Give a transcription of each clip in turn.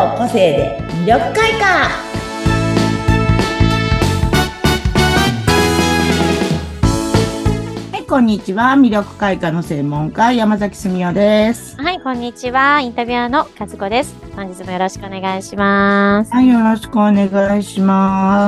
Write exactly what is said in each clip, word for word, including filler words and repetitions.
の個性で魅力開花。はい、こんにちは。魅力開花の専門家山崎澄代です。 はい、こんにちは。インタビュアーの和子です。本日もよろしくお願いします。 はい、よろしくお願いします。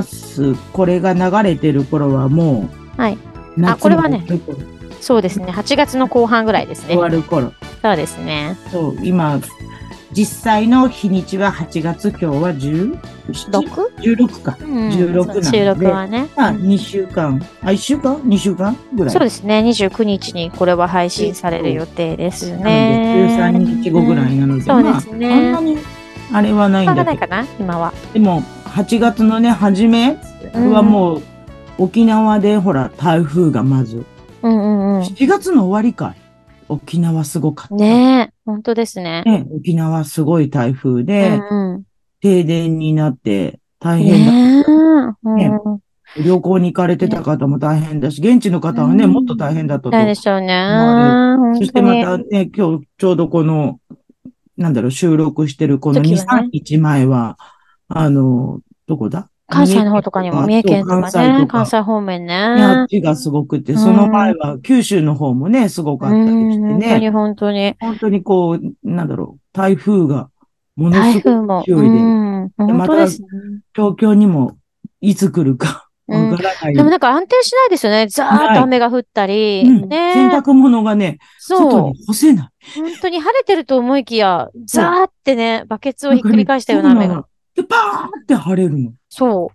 これが流れてる頃はもう、はい、 夏あ、これはね、そうですね。はちがつの後半ぐらいですね。 終わる頃。 そうですね。 そう、今、実際の日にちははちがつ、今日はじゅうなな? じゅうろくか。 うん、 じゅうろくなんで。 収録はね。 まあ、にしゅうかん。あ、いっしゅうかん ?に 週間ぐらい。 そうですね。にじゅうくにちにこれは配信される予定ですね。 なので、じゅうさんにちごぐらいなので、 そうですね。 まあ、そんなに、あれはないんだけど。 ないかな、今は。 でも、はちがつのね、初めはもう、沖縄で、ほら、台風がまず。 うんうんうん。 しちがつの終わりかい。沖縄すごかった。 ねえ、本当ですね。 ね、沖縄すごい台風で、 うんうん、 停電になって大変だった。ね、 ね、うん、 旅行に行かれてた方も大変だし、現地の方はね、うん、もっと大変だったと思われる。 そうでしょうね。 そしてまたね、今日ちょうどこの、なんだろう、収録してるこのに、さんにちまえは、あの、どこだ関西の方とかにも、三重県とかね、関西方面ね。 あっちがすごくて、その前は九州の方もね、すごかったりしてね。 本当に本当に。 本当にこう、なんだろう、台風がものすごい勢いで。 本当ですね。 東京にもいつ来るかわからない。 でもなんか安定しないですよね。ザーッと雨が降ったり。 洗濯物がね、外に干せない。 本当に晴れてると思いきや、ザーってね、バケツをひっくり返したような雨が。 で、バーンって晴れるの。 そう。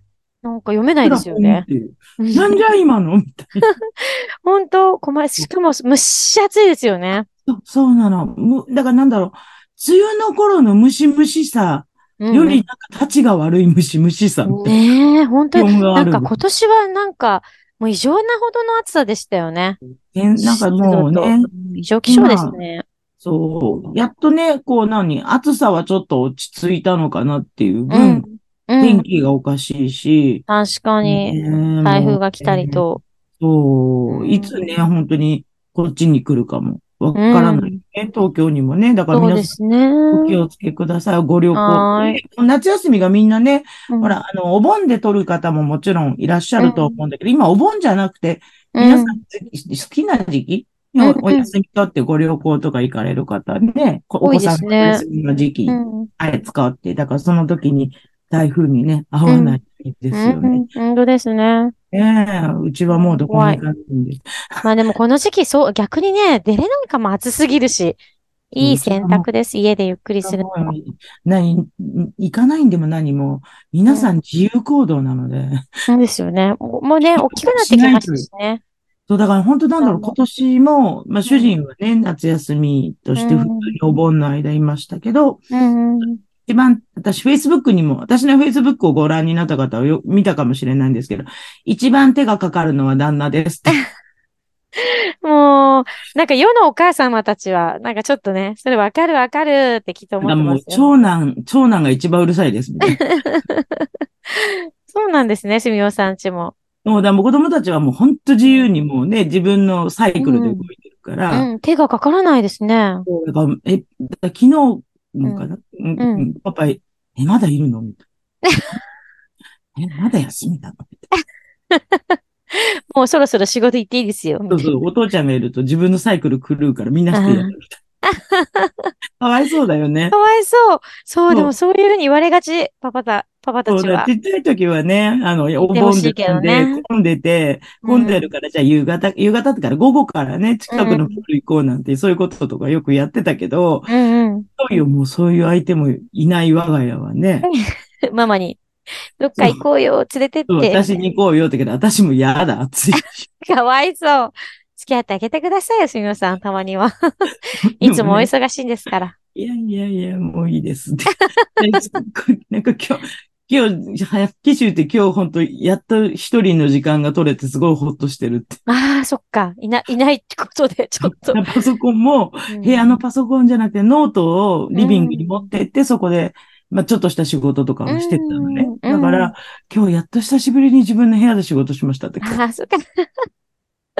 なんか読めないですよね。 なんじゃ今のみたいな。 本当、困り、しかも蒸し暑いですよね。 そう、そうなの。む、だからなんだろう。梅雨の頃のムシムシさよりなんか立ちが悪いムシムシさみたいな。 ねえ、本当に。なんか今年はなんか、もう異常なほどの暑さでしたよね。 なんかもうね。 異常気象ですね。 そう。やっとね、こう何、暑さはちょっと落ち着いたのかなっていう分、うんうん、天気がおかしいし。 確かに。ね、台風が来たりと。 そう。いつね、本当にこっちに来るかもわからない、ね。うん、東京にもね。だから皆さん、ね、お気をつけください。ご旅行。夏休みがみんなね、うん、ほら、あの、お盆で取る方ももちろんいらっしゃると思うんだけど、うん、今お盆じゃなくて、皆さん好きな時期、うん、お休み取ってご旅行とか行かれる方ね、お子さんの休みの時期、あれ使って、だからその時に台風にね、合わないですよね。 うん、本当ですね。 ええ、うちはもうどこも行かないんで。 まあでもこの時期、そう、逆にね、出れないかも暑すぎるし、いい選択です。家でゆっくりするのも。 何、行かないんでも何も、皆さん自由行動なので。 そうですよね。もうね、大きくなってきましたしね。 そう、だから本当なんだろう、今年も、まあ主人はね、うん、夏休みとして普通にお盆の間いましたけど、うんうん、一番、私、Facebook にも、私の Facebook をご覧になった方はよ見たかもしれないんですけど、一番手がかかるのは旦那ですって。 もう、なんか世のお母様たちは、なんかちょっとね、それわかるわかるってきっと思ってますよ。 もう長男、長男が一番うるさいですみたいな。 そうなんですね、すみおさんちも。 もうだ、もう子供たちはもう本当自由にもうね、自分のサイクルで動いてるから。 うん、うん、手がかからないですね。 そうだからえ、昨日もかな、うんうん、パパ、え、まだいるのみたいな。え、まだ休みなのみたいな。もうそろそろ仕事行っていいですよ。 そうそう、お父ちゃんがいると自分のサイクル狂うからみんなしてやるみたいな。かわいそうだよね。 かわいそう。そう、でもそういうふうに言われがち、パパた、パパたちは。 そうだ、ちっちゃい時はね、あの、お盆で混んで、ね、混んでて、混んでるから、じゃあ夕方、夕方ってから午後からね、近くのプール行こうなんて、そういうこととかよくやってたけど、うんうん、そういうもうそういう相手もいない我が家はね。 ママに、どっか行こうよ、連れてって。 私に行こうよってけど、私も嫌だ、つい。 かわいそう。付き合ってあげてくださいよ、すみません、たまには。いつもお忙しいんですから。 いやいやいや、もういいですって。なんか今日、今日、早起きって今日本当やっと一人の時間が取れてすごいほっとしてるって。 ああ、そっか。いな、いないってことで、ちょっと。 パソコンも、部屋のパソコンじゃなくてノートをリビングに持ってって、うん、そこで、まあちょっとした仕事とかをしてたのね。うん、だから、今日やっと久しぶりに自分の部屋で仕事しましたって。 ああ、そっか。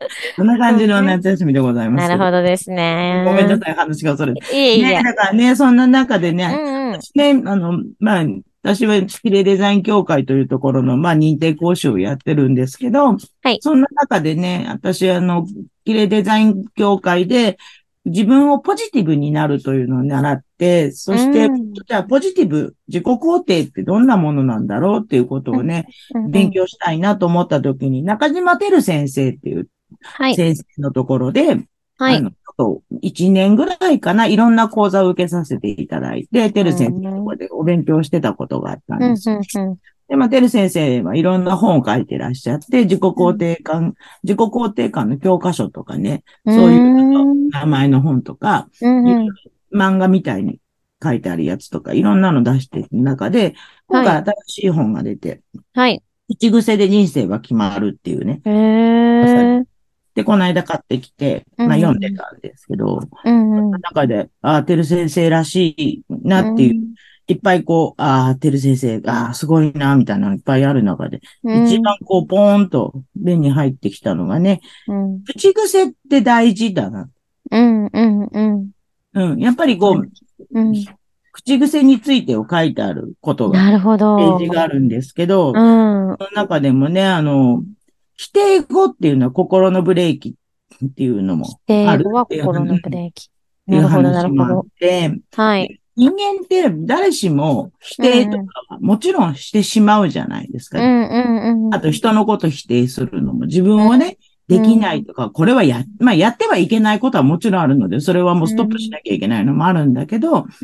そんな感じのそうね。 夏休みでございますけど。 なるほどですね。 ごめんなさい、話がそれ。ね、 いえいえ。 だからね、そんな中でうね、 んうん。 私ね、あの、まあ、私はスキレデザイン協会というところの、まあ、認定講師をやってるんですけど、 はい。 そんな中でね、私、あの、スキレデザイン協会で自分をポジティブになるというのを習って、 うそして、 ん。 じゃあ、ポジティブ、自己肯定ってどんなものなんだろうっていうことうん。 をね、 うんうん。 勉強したいなと思った時に、中島てる先生っていうはい。 先生のところで、 はい。 あの、ちょっといちねんぐらいかな、いろんな講座を受けさせていただいて、てうる先生のとこん。 ろでお勉強してたことがあったうん、 んです。 うん、うん。 で、まあ、てる先生はいろんな本を書いてらっしゃって、自己肯うん。 定感、自己肯定感の教科書とかね、 うそういうん。 名前の本とか、 うん、 いろいうん。 ろ漫画みたいに書いてあるやつとか、いろんなの出している中で、今はい。 回新しい本が出て、 はい。 口癖で人生は決まるっていうね、 へえ。 で、この間買ってきて、まあうん、うん。 読んでたんですけど、そうん、 のうん。 中で、ああ、てる先生らしいなうっていう、 ん。 いっぱいこう、ああ、てる先生、ああ、すごいな、みたいなのいっぱいある中で、 う一番ん。 こう、ポーンと目に入ってきたのがね、 うん。 口癖って大事だな。 うん、うん、うん。 うん。やっぱりこう、 うん。 口癖についてを書いてあることが、 なるほページがど。 あるんですけど、 うん。 その中でもね、あの、否定語っていうのは心のブレーキっていうのもあ英語るっていうは心のブ話レーキ。 いうなるほど、な話もあっるほど。 て、 はい。 で人間って誰しも否うん、 定とかうん。 はもちろんしてしまうじゃないですか。 うん、うん、うん。 あと人のこと否定するのも自分をね、 うん、 できうん。 ないとか、これはや、まあやってはいけないことはもちろんあるので、それはもうストップしうん、 なきゃいけないのもあるんだけど、 うん、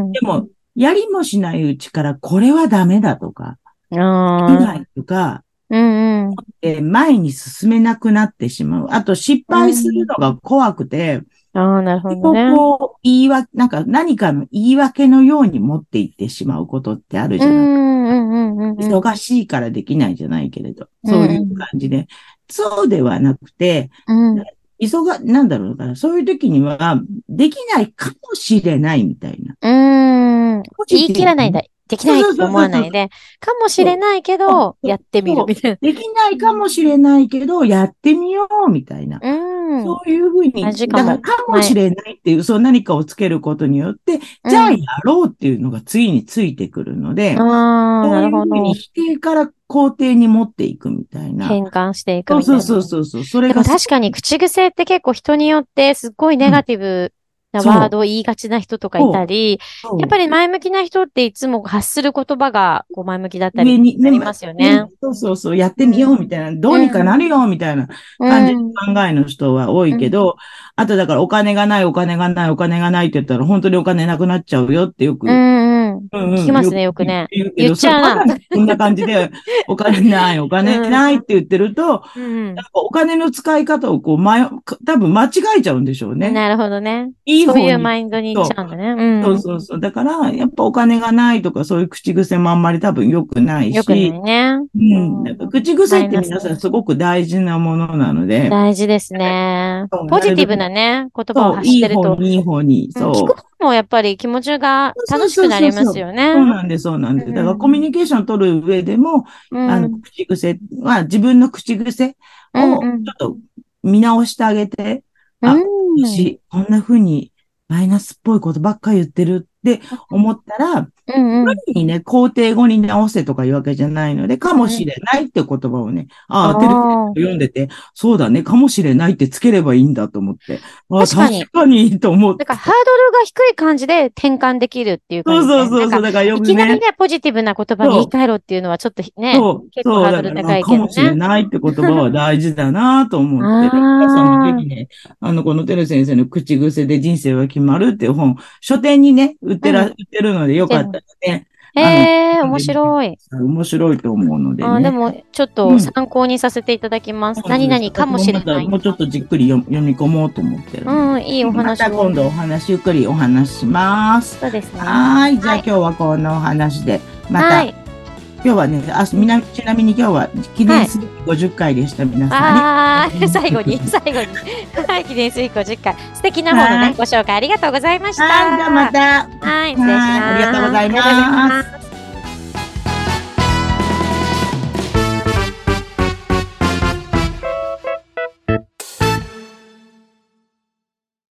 うでも、やりもしないうちからこれはダメだとか、 ん。ああ。 できないとか、 うん、うん。 えー前に進めなくなってしまう。あと失う敗するん。 のが怖くて、 ああ、なるほどこね。 こを言い訳、なんか何かの言い訳のように持っていってしまうことってあるうじゃない。 ん、うん、うん、うん。 忙しいからできないじゃないけれど、 うん、 そういううん。 感じで。そうではなくて、 うん。 急が、なんだろうかな、そういう時には、できないかもしれないみたいな。 うーん。 ポジ言いティブに。 切らないで、できそうそうないって思そうそうそう。 わないで、かもしれそうないけそうど、 そうやってみる、 そう。 みたいな。 できないかもしれないけど、やってみようみたいな。 うーん。 そういうふうに、 マジかも。 だからかもはい。 しれないっていう、そう何かをつけることによって、 うじゃあやん。 ろうっていうのが次についてくるので、 ああ、なそういうふうにるほど。 否定から肯定に持っていくみたいな。 変換していくそうそうみたいな。 そうそうそう。それでもがす確かに口癖って結構人によってすっごいネうん。 ガティブなワーそう。 ドを言いがちな人とかいそう。 たり、やっぱそう。 り前向きな人っていつも発する言葉がこう前向きだったり上に、ね、まありますよね、 ね。 そうそうそう、やってみようみたいな、どうにかなうん。 るよみたいなう感じん。 の考えの人は多うん。 いけど、あとだからお金がない、お金がない、お金がないって言ったら本当にお金なくなっちゃうよってようく、 ん。うん。 うんうん、よく聞きますね、よくね。言っ言うけど、それまちゃうな。 さにこんな感じで、お金ない、お金うん。 ないって言ってると、 うん。 なんかお金の使い方をこう、まよ、多分間違えちゃうんでしょうね。 なるほどね。 いいそういう方にマインドに行っち行くと、 ゃうんだね。 そううん。 そうそう。だから、やっぱお金がないとか、そういう口癖もあんまり多分良くないよくなし、 いね。 ううん。なんかん。 口癖ってマイナス。 皆さんすごく大事なものなので、 大事ですね。 そうポジティブなるべく、 なね、言葉をそう、 発しいいてると、 方に、いい方に、 うん、聞くそう。 方もやっぱり気持ちが楽しくそうそうなりますそうそう。 よね。 そうなんです、そうなんうです。だからコミュん。 ニケーション取る上でも、あの、 うん。 口癖は、自分の口癖うん。 をうん。 ちょっと見直してあげて、 うあ、 ん。 私、こんな風にマイナスっぽいことばっかり言ってるって思ったら、 うん。うん。 にね、肯定語に直せとかいうわけじゃないので、かもしうん。 れないって言葉をね、あああ、テレビあ、 読んでて、そうだね、かもしれないってつければいいんだと思って、ああ、確確かに。 かにと思って。 なんかハードルが低い感じで転換できるっていう感そうじで、なんか、 そうそうそう、だからよいくね、 きなりね、ポジティブな言葉に言いそう、 換えろっていうのはちょっとね、 そう、 結構そう、 ハードだから、あル高いかもしれけどね。 ないって言葉は大事だなと思って、で皆さんもぜああ、 ひね、あの、このテル先生の口癖で人生は決まるっていう本、書店にね、売ってら、売うん。 ってるので、よかったらね、 へあの、 え、面読んでみてく白い。 ださい。面白いと思うのであー、でね。 も、ちょっとうん。 参考にさせていただきます。何そうです。 々かも私もましれない。 だもうちょっとじっくり読読み込もうと思ってるので。 うん、いいおま話を。 た今度お話、ゆっくりお話しします。 そうですね。 はーい。じゃあはい。 今日はこのお話で、また、 はい。 今日はね、あ、みな、ちなみに今日は記はい。 念すべきごじゅっかいでした。皆さんありがああ、 とうござい最後に、 ます。 最後に。はい、記念すべきごじゅっかい。素敵な方のね、 はーい。 ご紹介ありがとうございましはい。じゃあまた。 た。ははい、失礼しい。ありがとうごます。あざいりがとうございます。 ます。